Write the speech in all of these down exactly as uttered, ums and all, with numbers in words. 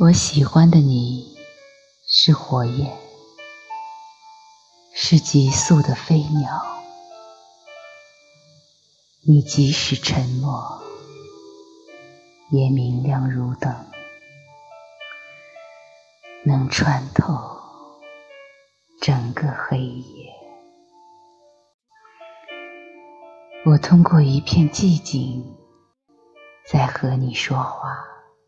我喜欢的你是火焰，是急速的飞鸟，你即使沉默，也明亮如灯，能穿透整个黑夜。我通过一片寂静在和你说话，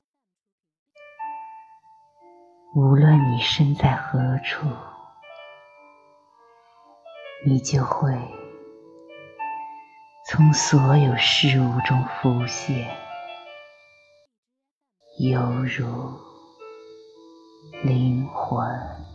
无论你身在何处，你就会从所有事物中浮现，犹如灵魂。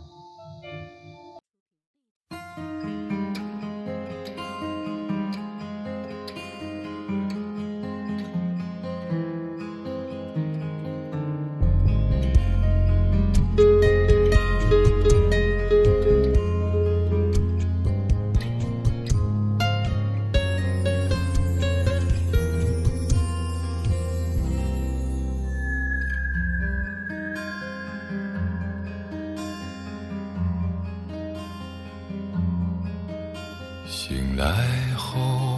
醒来后，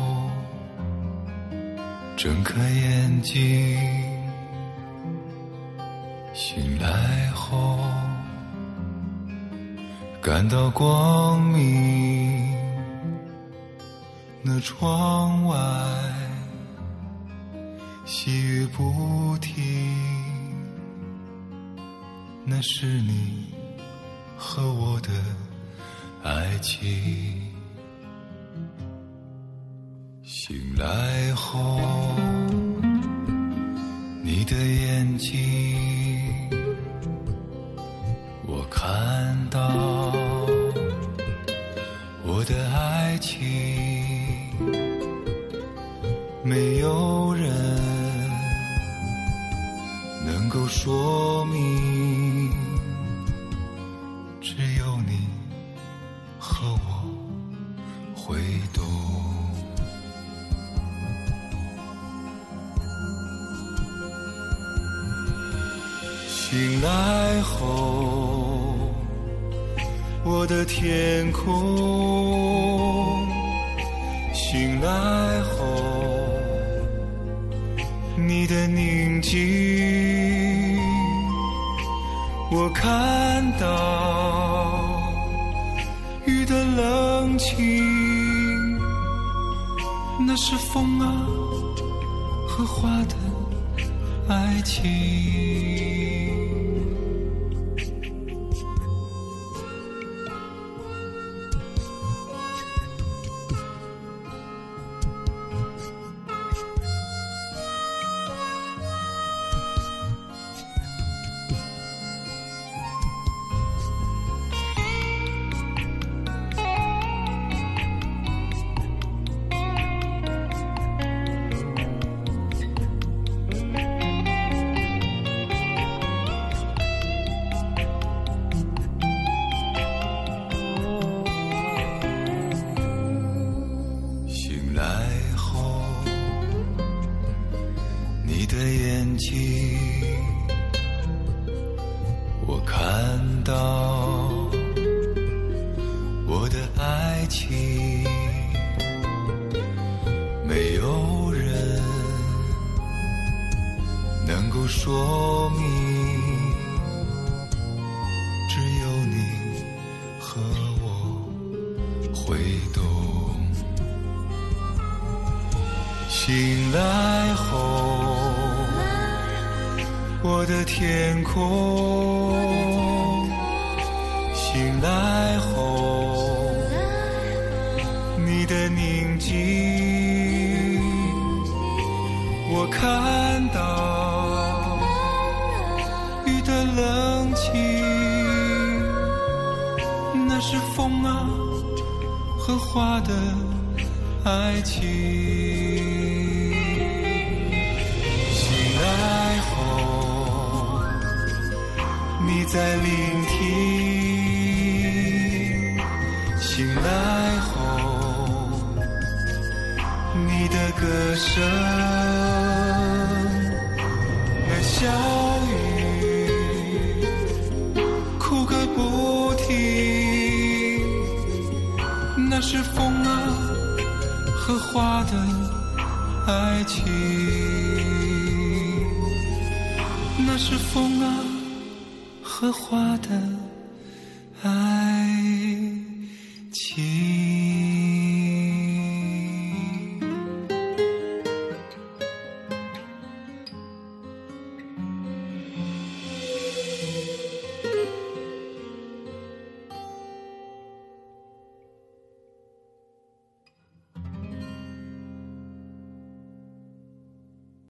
睁开眼睛，醒来后，感到光明。那窗外细雨不停，那是你和我的爱情。醒来后，你的眼睛，我看到我的爱情，没有人能够说明，只有你和我会懂。醒来后，我的天空，醒来后，你的宁静，我看到雨的冷清，那是风啊和花的爱情。你的眼睛，我看到我的爱情，没有人能够说明，只有你和我会懂。醒来后，我的天空，醒来后，你的宁静，我看到雨的冷清，那是风啊和花的爱情。你在聆听，醒来后，你的歌声，那小雨那是风啊和花的爱情，那是风啊和花的爱